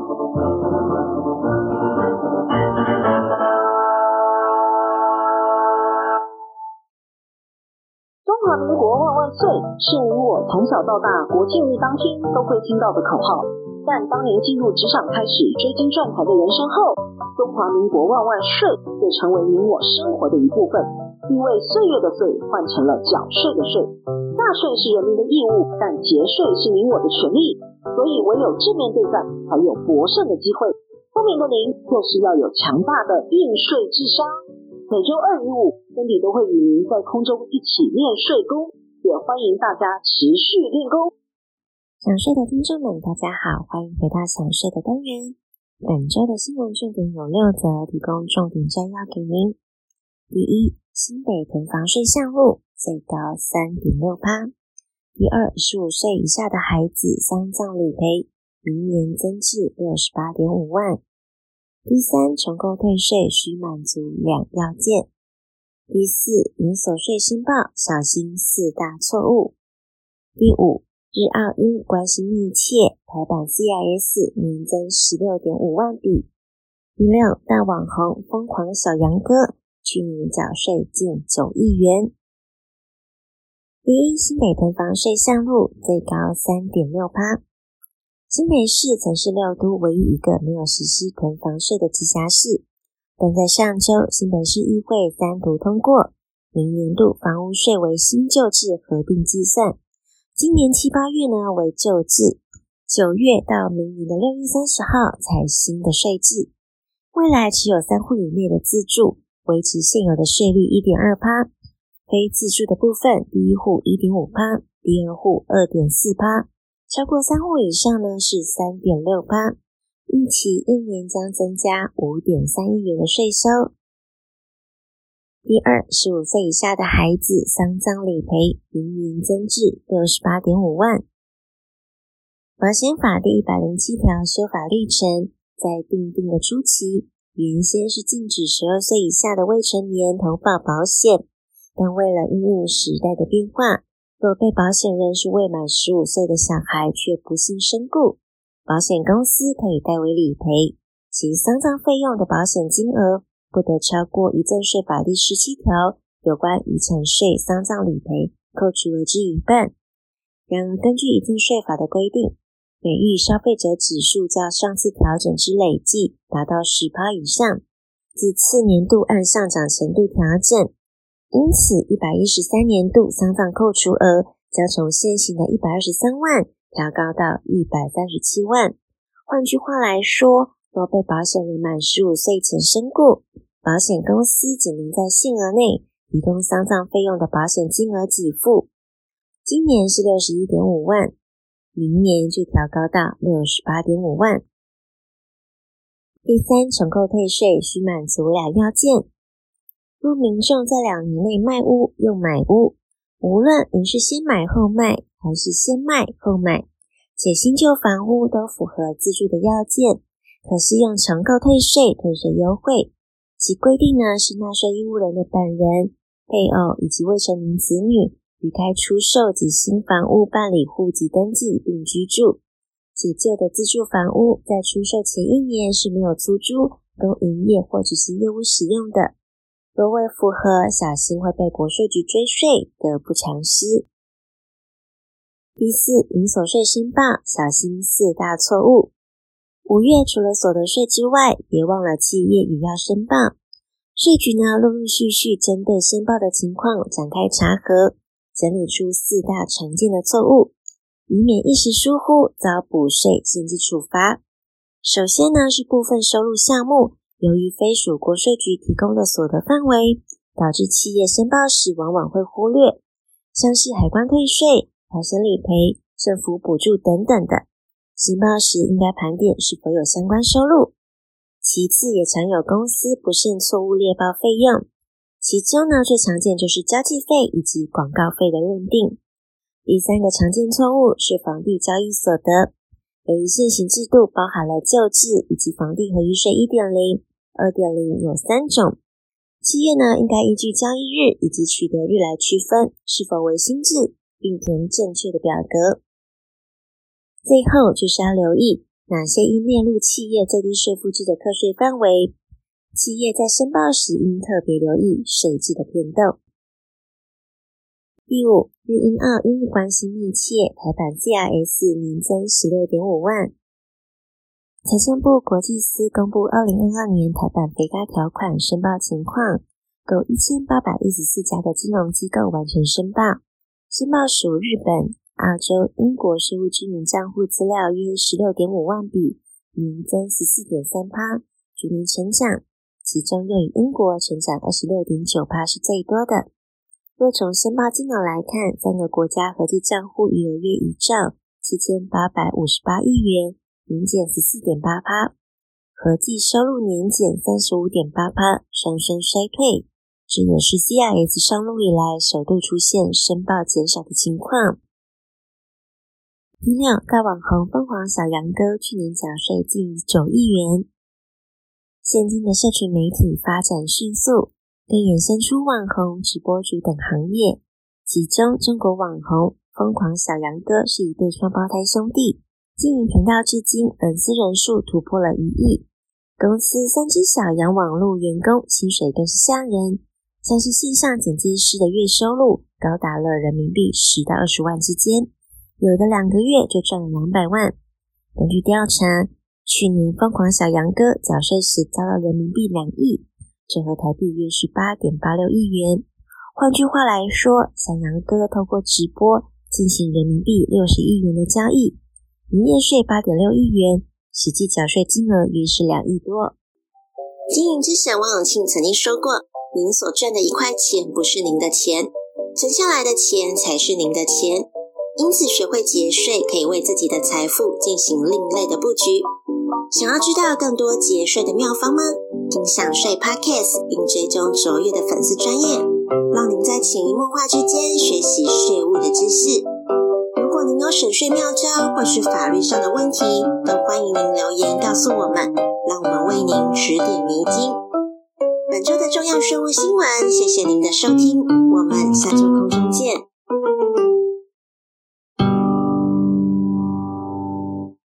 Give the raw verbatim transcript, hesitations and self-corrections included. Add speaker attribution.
Speaker 1: 中华民国万万岁是你我从小到大国庆日当天都会听到的口号，但当年进入职场开始追金赚财的人生后，中华民国万万税就成为你我生活的一部分，因为岁月的岁换成了缴税的税。纳税是人民的义务，但节税是你我的权利，所以唯有正面对战才有博胜的机会。聪明的您就是要有强大的应税智商。每周二与五Cindy都会与您在空中一起练税功，也欢迎大家持续练功。
Speaker 2: 想税的听众们大家好，欢迎回到想税的单元。本周的新闻重点有六则，提供重点摘要给您。第一，新北囤房税项目最高 百分之三点六。 第二，十五岁以下的孩子丧葬理赔明年增至 六十八点五万。第三，重购退税需满足两要件。第四，营所税申报小心四大错误。第五，日澳英关系密切，台版 C I S 年增 十六点五万笔。第六，大网红疯狂小杨哥去年缴税近九亿元。第一，新北囤房税项目最高 百分之三点六。新北市曾是六都唯一一个没有实施囤房税的直辖市，但在上周新北市议会三读通过，明年度房屋税为新旧制合并计算，今年七八月呢为旧制，九月到明年的六月三十号才新的税制。未来持有三户以内的自住维持现有的税率 一点二， 非自住的部分第一户 一点五， 第二户 二点四，超过三户以上呢是 三点六， 预期一年将增加 五点三亿元的税收。第二，十五岁以下的孩子丧葬理赔明年增至 六十八点五万。保险法第一百零七条修法历程，在订定的初期，原先是禁止十二岁以下的未成年投保保险，但为了因应时代的变化，若被保险人是未满十五岁的小孩却不幸身故，保险公司可以代为理赔，其丧葬费用的保险金额不得超过遗赠税法第十七条有关遗产税丧葬理赔扣除额之一半。然而根据遗赠税法的规定，每遇消费者指数较上次调整之累计达到 百分之十 以上，自次年度按上涨程度调整，因此一百一十三年度丧葬扣除额将从现行的一百二十三万调高到一百三十七万。换句话来说，若被保险人满十五岁前身故，保险公司只能在限额内提供丧葬费用的保险金额给付。今年是 六十一点五万，明年就调高到 六十八点五万。第三，重购退税需满足两要件。若民众在两年内卖屋又买屋，无论您是先买后卖还是先卖后买，且新旧房屋都符合自住的要件，可适用重购退税退税优惠。其规定呢是纳税义务人的本人、配偶以及未成年子女于该出售及新房屋办理户籍登记并居住，且旧的自住房屋在出售前一年是没有租租、供营业或者是业务使用的。若未符合，小心会被国税局追税，得不偿失。第四，营所税申报小心四大错误。五月除了所得税之外，别忘了企业也要申报。税局呢，陆陆续续针对申报的情况展开查核，整理出四大常见的错误，以免一时疏忽遭补税甚至处罚。首先呢，是部分收入项目由于非属国税局提供的所得范围，导致企业申报时往往会忽略，像是海关退税、保险理赔、政府补助等等的，申报时应该盘点是否有相关收入。其次，也常有公司不慎错误列报费用，其中呢最常见就是交际费以及广告费的认定。第三个常见错误是房地交易所得，由于现行制度包含了旧制以及房地合一税 一点零、二点零 有三种，企业呢应该依据交易日以及取得日来区分是否为新制，并填正确的表格。最后就是要留意哪些应列入企业最低税负制的课税范围，企业在申报时应特别留意税制的变动。第五，日英澳因关系密切，台版 C R S 年增 十六点五万。财政部国际司公布二零二二年台版肥咖条款申报情况，共一千八百一十四家的金融机构完成申报，申报属日本、澳洲、英国税务居民账户资料约 十六点五万笔，年增 十四点三趴， 逐年成长，其中又以英国成长 二十六点九趴 是最多的。若从申报金额来看，三个国家合计账户余额约一兆七千八百五十八亿元，年减 十四点八趴， 合计收入年减 三十五点八趴， 上升衰退，这也是 C R S 上路以来首度出现申报减少的情况。第六，大网红凤凰小杨哥去年缴税近九亿元。现今的社群媒体发展迅速，更衍生出网红、直播主等行业，其中中国网红疯狂小杨哥是一对双胞胎兄弟，经营频道至今粉丝人数突破了一亿，公司三只小羊网络员工薪水更是吓人，像是线上剪接师的月收入高达了人民币十到二十万之间，有的两个月就赚了两百万。根据调查，去年疯狂小杨哥缴税时遭到人民币两亿，折合台币约是 八点八六亿元。换句话来说，小杨哥透过直播进行人民币六十亿元的交易，营业税 八点六亿元，实际缴税金额约是两亿多。
Speaker 3: 经营之神王永庆曾经说过，您所赚的一块钱不是您的钱，存下来的钱才是您的钱。因此学会节税可以为自己的财富进行另类的布局。想要知道更多节税的妙方吗？听享税 Podcast 并追踪卓越的粉丝专页，让您在潜移默化之间学习税务的知识。如果您有省税妙招或是法律上的问题，都欢迎您留言告诉我们，让我们为您指点迷津。本周的重要税务新闻，谢谢您的收听，我们下周空中见。